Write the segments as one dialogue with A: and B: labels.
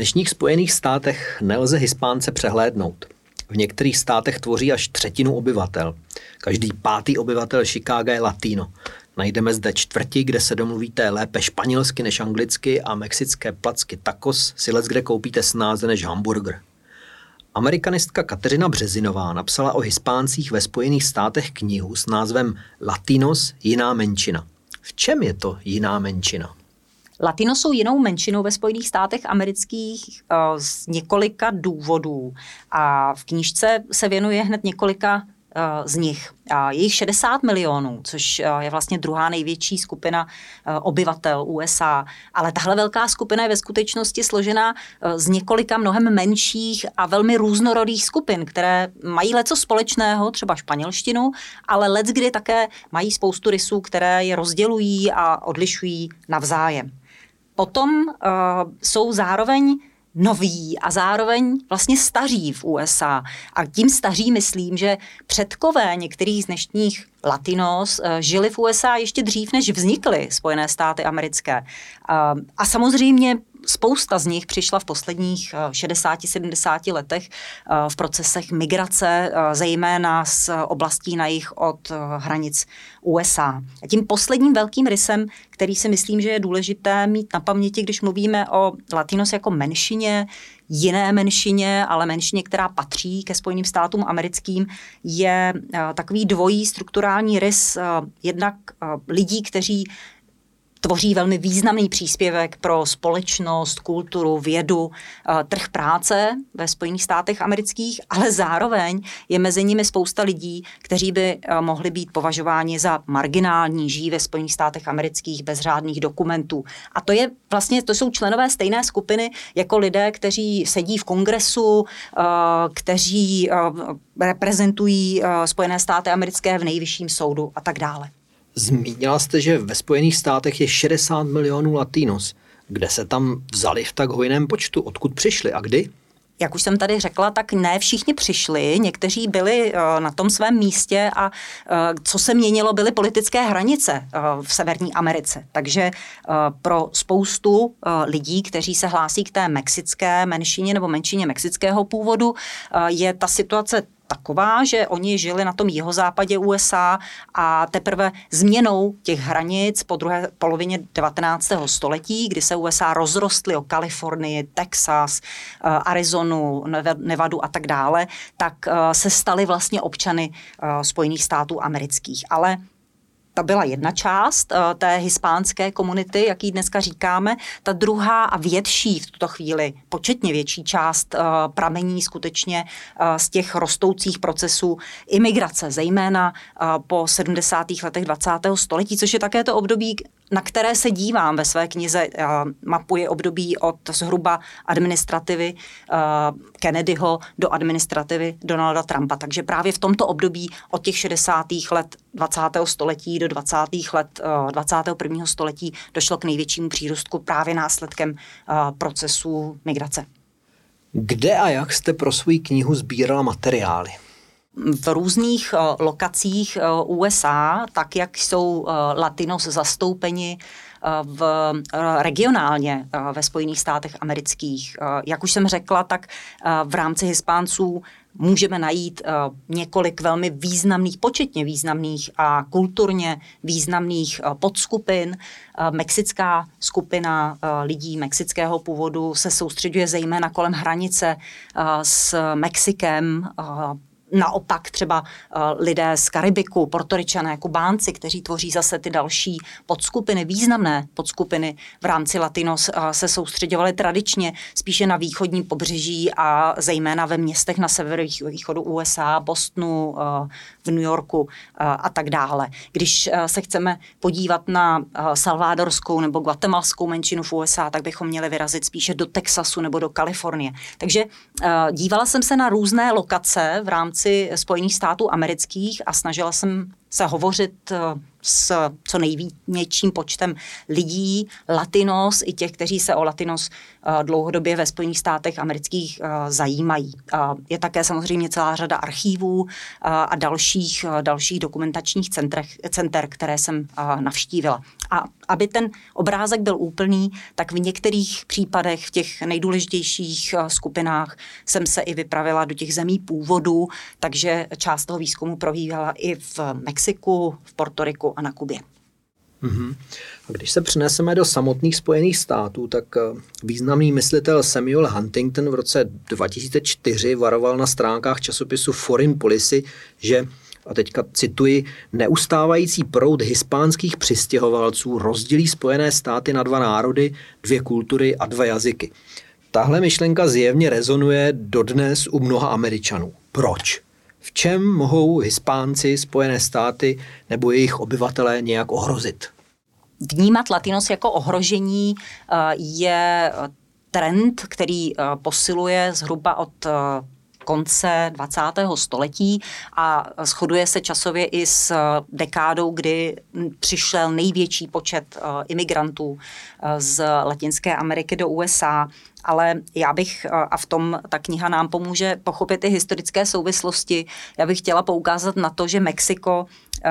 A: dnešních Spojených státech nelze Hispánce přehlédnout. V některých státech tvoří až třetinu obyvatel. Každý pátý obyvatel Chicaga je latino. Najdeme zde čtvrti, kde se domluvíte lépe španělsky než anglicky a mexické placky tacos si leckde koupíte snáze než hamburger. Amerikanistka Kateřina Březinová napsala o Hispáncích ve Spojených státech knihu s názvem Latinos – jiná menšina. V čem je to jiná menšina?
B: Latino jsou jinou menšinou ve Spojených státech amerických z několika důvodů a v knížce se věnuje hned několika z nich. Je jich 60 milionů, což je vlastně druhá největší skupina obyvatel USA, ale tahle velká skupina je ve skutečnosti složena z několika mnohem menších a velmi různorodých skupin, které mají leco společného, třeba španělštinu, ale leckdy také mají spoustu rysů, které je rozdělují a odlišují navzájem. Potom jsou zároveň noví a zároveň vlastně staří v USA. A tím staří myslím, že předkové některých z dnešních Latinos žili v USA ještě dřív, než vznikly Spojené státy americké. A samozřejmě spousta z nich přišla v posledních 60-70 letech v procesech migrace, zejména z oblastí na jih od hranic USA. A tím posledním velkým rysem, který si myslím, že je důležité mít na paměti, když mluvíme o Latinos jako menšině, jiné menšině, ale menšině, která patří ke Spojeným státům americkým, je takový dvojí strukturální rys jednak lidí, kteří tvoří velmi významný příspěvek pro společnost, kulturu, vědu, trh práce ve Spojených státech amerických, ale zároveň je mezi nimi spousta lidí, kteří by mohli být považováni za marginální, žijí ve Spojených státech amerických bez řádných dokumentů. A to jsou členové stejné skupiny jako lidé, kteří sedí v kongresu, kteří reprezentují Spojené státy americké v nejvyšším soudu a tak dále.
A: Zmínila jste, že ve Spojených státech je 60 milionů Latinos. Kde se tam vzali v tak hojném počtu? Odkud přišli a kdy?
B: Jak už jsem tady řekla, tak ne všichni přišli, někteří byli na tom svém místě a co se měnilo, byly politické hranice v Severní Americe. Takže pro spoustu lidí, kteří se hlásí k té mexické menšině nebo menšině mexického původu, je ta situace taková, že oni žili na tom jihozápadě USA a teprve změnou těch hranic po druhé polovině 19. století, kdy se USA rozrostly o Kalifornii, Texas, Arizonu, Nevadu a tak dále, tak se stali vlastně občany Spojených států amerických. Ale to byla jedna část té hispánské komunity, jak ji dneska říkáme. Ta druhá a větší v tuto chvíli, početně větší část pramení skutečně z těch rostoucích procesů imigrace, zejména po 70. letech 20. století, což je také to období, na které se dívám ve své knize. Mapuje období od zhruba administrativy Kennedyho do administrativy Donalda Trumpa. Takže právě v tomto období od těch 60. let 20. století do 20. let 21. století došlo k největšímu přírůstku právě následkem procesu migrace.
A: Kde a jak jste pro svou knihu sbírala materiály?
B: V různých lokacích USA, tak jak jsou Latinos zastoupeni regionálně ve Spojených státech amerických. Jak už jsem řekla, tak v rámci Hispánců můžeme najít několik velmi významných, početně významných a kulturně významných podskupin. Mexická skupina lidí mexického původu se soustředuje zejména kolem hranice s Mexikem. Naopak třeba lidé z Karibiku, Portoričané, Kubánci, kteří tvoří zase ty další podskupiny, významné podskupiny v rámci Latinos, se soustředovaly tradičně spíše na východním pobřeží a zejména ve městech na severovýchodu USA, Bostonu, v New Yorku a tak dále. Když se chceme podívat na salvadorskou nebo guatemalskou menšinu v USA, tak bychom měli vyrazit spíše do Texasu nebo do Kalifornie. Takže dívala jsem se na různé lokace v rámci Spojených států amerických a snažila jsem se hovořit s co největším počtem lidí, latinos i těch, kteří se o latinos dlouhodobě ve Spojených státech amerických zajímají. Je také samozřejmě celá řada archívů a dalších dokumentačních center, které jsem navštívila. A aby ten obrázek byl úplný, tak v některých případech, v těch nejdůležitějších skupinách jsem se i vypravila do těch zemí původu, takže část toho výzkumu probíhala i v Mexiku, v Portoriku a na Kubě.
A: A když se přeneseme do samotných Spojených států, tak významný myslitel Samuel Huntington v roce 2004 varoval na stránkách časopisu Foreign Policy, že, a teďka cituji, neustávající proud hispánských přistěhovalců rozdělí Spojené státy na 2 národy, 2 kultury a 2 jazyky. Tahle myšlenka zjevně rezonuje dodnes u mnoha Američanů. Proč? V čem mohou Hispánci, Spojené státy nebo jejich obyvatelé nějak ohrozit?
B: Vnímat latinos jako ohrožení je trend, který posiluje zhruba od konce 20. století a shoduje se časově i s dekádou, kdy přišel největší počet imigrantů z Latinské Ameriky do USA. Ale já bych, a v tom ta kniha nám pomůže pochopit i historické souvislosti, já bych chtěla poukázat na to, že Mexiko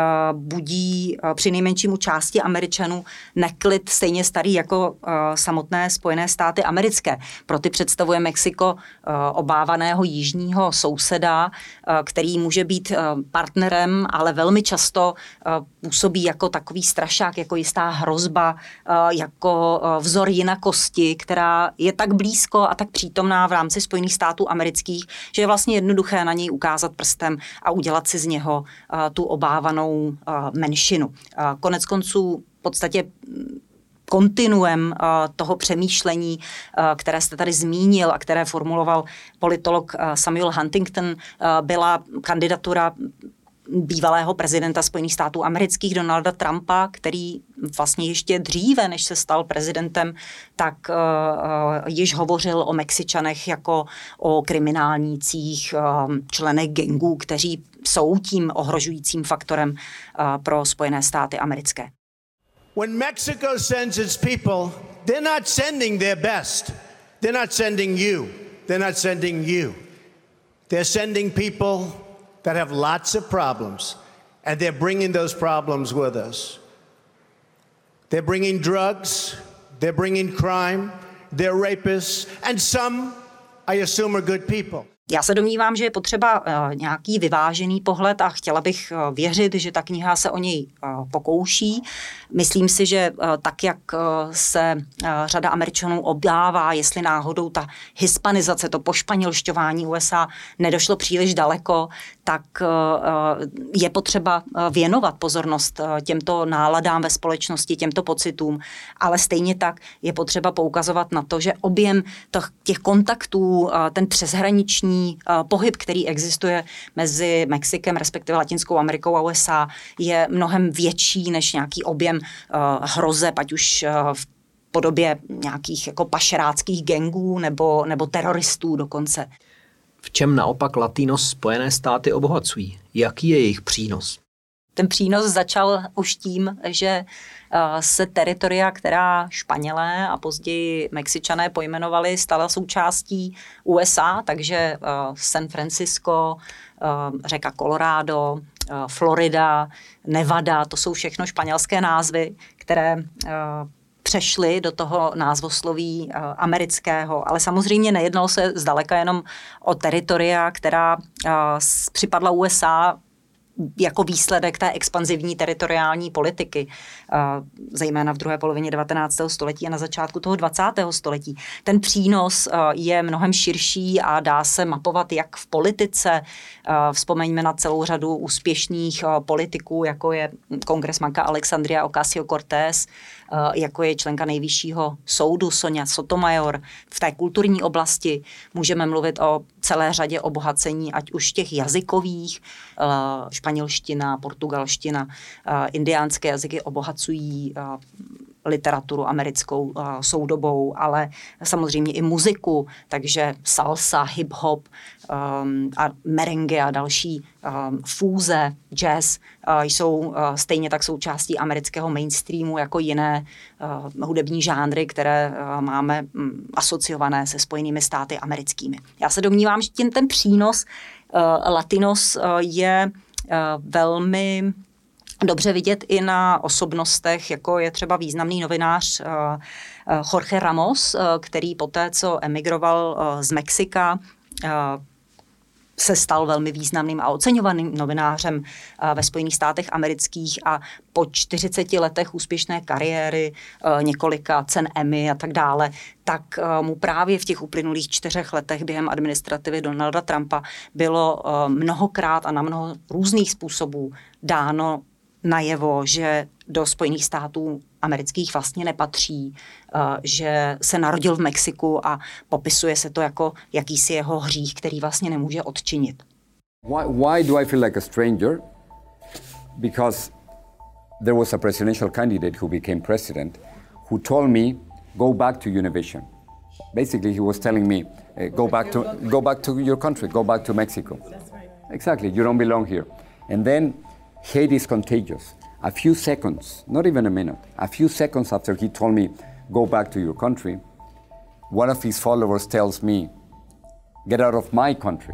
B: budí přinejmenším u části Američanů neklid stejně starý jako samotné Spojené státy americké. Pro ty představuje Mexiko obávaného jižního souseda, který může být partnerem, ale velmi často působí jako takový strašák, jako jistá hrozba, jako vzor jinakosti, která je tak blízko a tak přítomná v rámci Spojených států amerických, že je vlastně jednoduché na něj ukázat prstem a udělat si z něho tu obávanou menšinu. Konec konců v podstatě kontinuem toho přemýšlení, které jste tady zmínil a které formuloval politolog Samuel Huntington, byla kandidatura bývalého prezidenta Spojených států amerických Donalda Trumpa, který vlastně ještě dříve, než se stal prezidentem, tak již hovořil o Mexičanech jako o kriminálnících, členech gangů, kteří jsou tím ohrožujícím faktorem pro Spojené státy americké.
C: When Mexico sends its people, they're not sending their best. They're not sending you. They're not sending you. They're sending people that have lots of problems, and they're bringing those problems with us. They're bringing drugs, they're bringing crime, they're rapists, and some, I assume, are good people.
B: Já se domnívám, že je potřeba nějaký vyvážený pohled a chtěla bych věřit, že ta kniha se o něj pokouší. Myslím si, že tak, jak se řada Američanů obává, jestli náhodou ta hispanizace, to pošpanělšťování USA nedošlo příliš daleko, tak je potřeba věnovat pozornost těmto náladám ve společnosti, těmto pocitům, ale stejně tak je potřeba poukazovat na to, že objem těch kontaktů, ten přeshraniční pohyb, který existuje mezi Mexikem, respektive Latinskou Amerikou a USA, je mnohem větší než nějaký objem hrozeb, ať už v podobě nějakých jako pašeráckých gangů nebo teroristů dokonce.
A: V čem naopak latinos Spojené státy obohacují? Jaký je jejich přínos?
B: Ten přínos začal už tím, že se teritoria, která Španělé a později Mexičané pojmenovali, stala součástí USA, takže San Francisco, řeka Colorado, Florida, Nevada, to jsou všechno španělské názvy, které přešly do toho názvosloví amerického, ale samozřejmě nejednalo se zdaleka jenom o teritoria, která připadla USA jako výsledek té expanzivní teritoriální politiky, zejména v druhé polovině 19. století a na začátku toho 20. století. Ten přínos je mnohem širší a dá se mapovat jak v politice. Vzpomeňme na celou řadu úspěšných politiků, jako je kongresmanka Alexandria Ocasio-Cortez, jako je členka nejvyššího soudu Sonia Sotomayor. V té kulturní oblasti můžeme mluvit o celé řadě obohacení, ať už těch jazykových, španělština, portugalština, indiánské jazyky obohacují literaturu americkou soudobou, ale samozřejmě i muziku, takže salsa, hip-hop a merengue a další fúze, jazz jsou stejně tak součástí amerického mainstreamu jako jiné hudební žánry, které máme asociované se Spojenými státy americkými. Já se domnívám, že ten přínos Latinos je velmi dobře vidět i na osobnostech, jako je třeba významný novinář Jorge Ramos, který poté, co emigroval z Mexika, se stal velmi významným a oceňovaným novinářem ve Spojených státech amerických a po 40 letech úspěšné kariéry, několika cen Emmy a tak dále, tak mu právě v těch uplynulých 4 letech během administrativy Donalda Trumpa bylo mnohokrát a na mnoho různých způsobů dáno najevo, že do Spojených států amerických vlastně nepatří, že se narodil v Mexiku a popisuje se to jako jakýsi jeho hřích, který vlastně nemůže odčinit.
D: Why do I feel like a stranger? Because there was a presidential candidate who became president who told me, go back to Univision. Basically, he was telling me, go back to your country, go back to Mexico. That's right. Exactly, you don't belong here. And then hate is contagious. A few seconds, not even a minute, a few seconds after he told me, go back to your country, one of his followers tells me, get out of my country.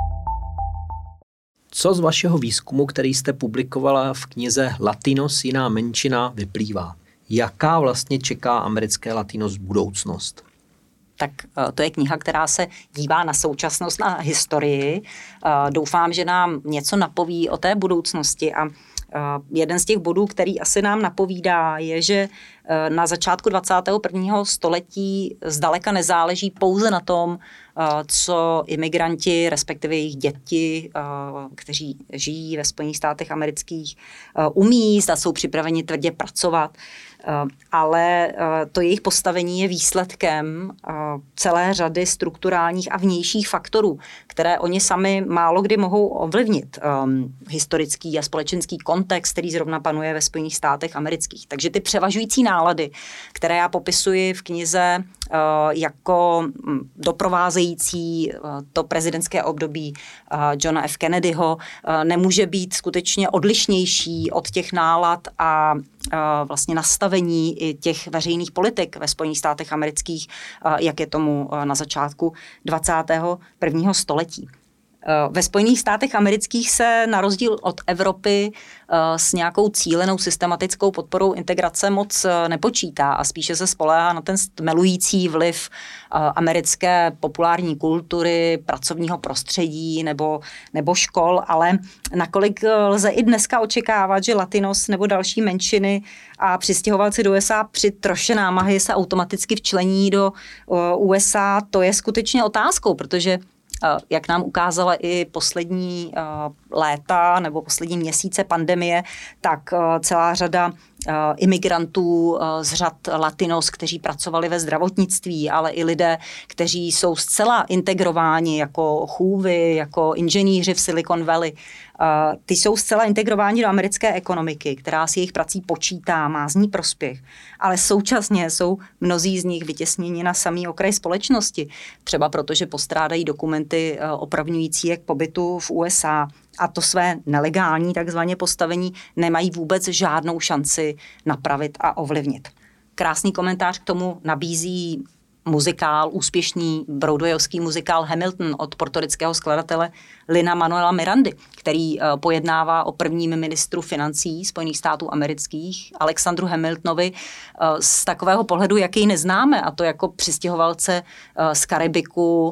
A: Co z vašeho výzkumu, který jste publikovala v knize Latinos, jiná menšina, vyplývá? Jaká vlastně čeká americké Latinos budoucnost?
B: Tak to je kniha, která se dívá na současnost, na historii. Doufám, že nám něco napoví o té budoucnosti a jeden z těch bodů, který asi nám napovídá, je, že na začátku 21. století zdaleka nezáleží pouze na tom, co imigranti, respektive jejich děti, kteří žijí ve Spojených státech amerických, umí, zda jsou připraveni tvrdě pracovat, ale to jejich postavení je výsledkem celé řady strukturálních a vnějších faktorů, které oni sami málo kdy mohou ovlivnit. Historický a společenský kontext, který zrovna panuje ve Spojených státech amerických. Takže ty převažující nálady, které já popisuji v knize jako doprovázející to prezidentské období Johna F. Kennedyho, nemůže být skutečně odlišnější od těch nálad a vlastně nastavení i těch veřejných politik ve Spojených státech amerických, jak je tomu na začátku 21. století. Ve Spojených státech amerických se na rozdíl od Evropy s nějakou cílenou systematickou podporou integrace moc nepočítá a spíše se spoléhá na ten stmelující vliv americké populární kultury, pracovního prostředí nebo škol, ale nakolik lze i dneska očekávat, že Latinos nebo další menšiny a přistěhovalci do USA při troše námahy se automaticky včlení do USA, to je skutečně otázkou, protože jak nám ukázala i poslední léta nebo poslední měsíce pandemie, tak celá řada imigrantů z řad Latinos, kteří pracovali ve zdravotnictví, ale i lidé, kteří jsou zcela integrováni jako chůvy, jako inženýři v Silicon Valley. Ty jsou zcela integrováni do americké ekonomiky, která s jejich prací počítá, má z ní prospěch, ale současně jsou mnozí z nich vytěsněni na samý okraj společnosti, třeba protože postrádají dokumenty opravňující je k pobytu v USA a to své nelegální takzvané postavení nemají vůbec žádnou šanci napravit a ovlivnit. Krásný komentář k tomu nabízí muzikál, úspěšný broadwayovský muzikál Hamilton od portorického skladatele Lin-Manuela Mirandy, který pojednává o prvním ministru financí Spojených států amerických, Alexandru Hamiltonovi, z takového pohledu, jaký neznáme, a to jako přistěhovalce z Karibiku,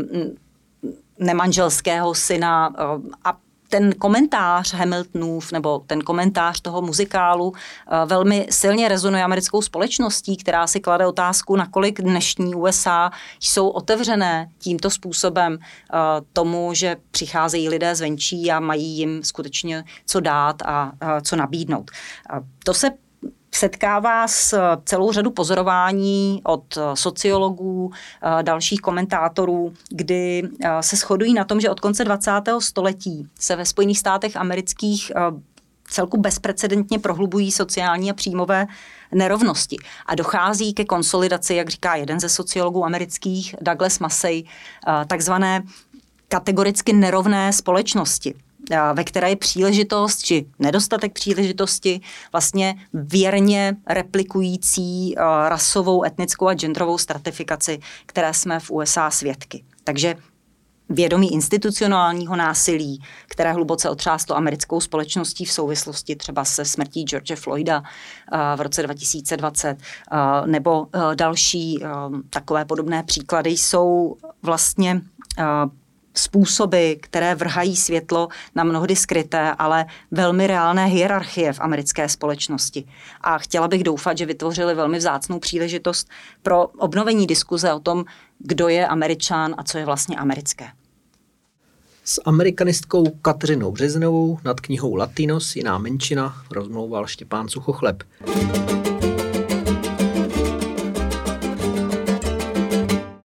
B: nemanželského syna a ten komentář Hamiltonův nebo ten komentář toho muzikálu velmi silně rezonuje americkou společností, která si klade otázku, nakolik dnešní USA jsou otevřené tímto způsobem tomu, že přicházejí lidé zvenčí a mají jim skutečně co dát a co nabídnout. To se setkává s celou řadu pozorování od sociologů, dalších komentátorů, kdy se shodují na tom, že od konce 20. století se ve Spojených státech amerických celku bezprecedentně prohlubují sociální a příjmové nerovnosti. A dochází ke konsolidaci, jak říká jeden ze sociologů amerických, Douglas Massey, takzvané kategoricky nerovné společnosti, ve které je příležitost či nedostatek příležitosti vlastně věrně replikující rasovou, etnickou a genderovou stratifikaci, které jsme v USA svědky. Takže vědomí institucionálního násilí, které hluboce otřáslo americkou společností v souvislosti třeba se smrtí George Floyda v roce 2020, nebo další takové podobné příklady, jsou vlastně způsoby, které vrhají světlo na mnohdy skryté, ale velmi reálné hierarchie v americké společnosti. A chtěla bych doufat, že vytvořili velmi vzácnou příležitost pro obnovení diskuze o tom, kdo je Američan a co je vlastně americké.
A: S amerikanistkou Kateřinou Březnovou nad knihou Latinos, jiná menšina, rozmlouval Štěpán Suchochleb.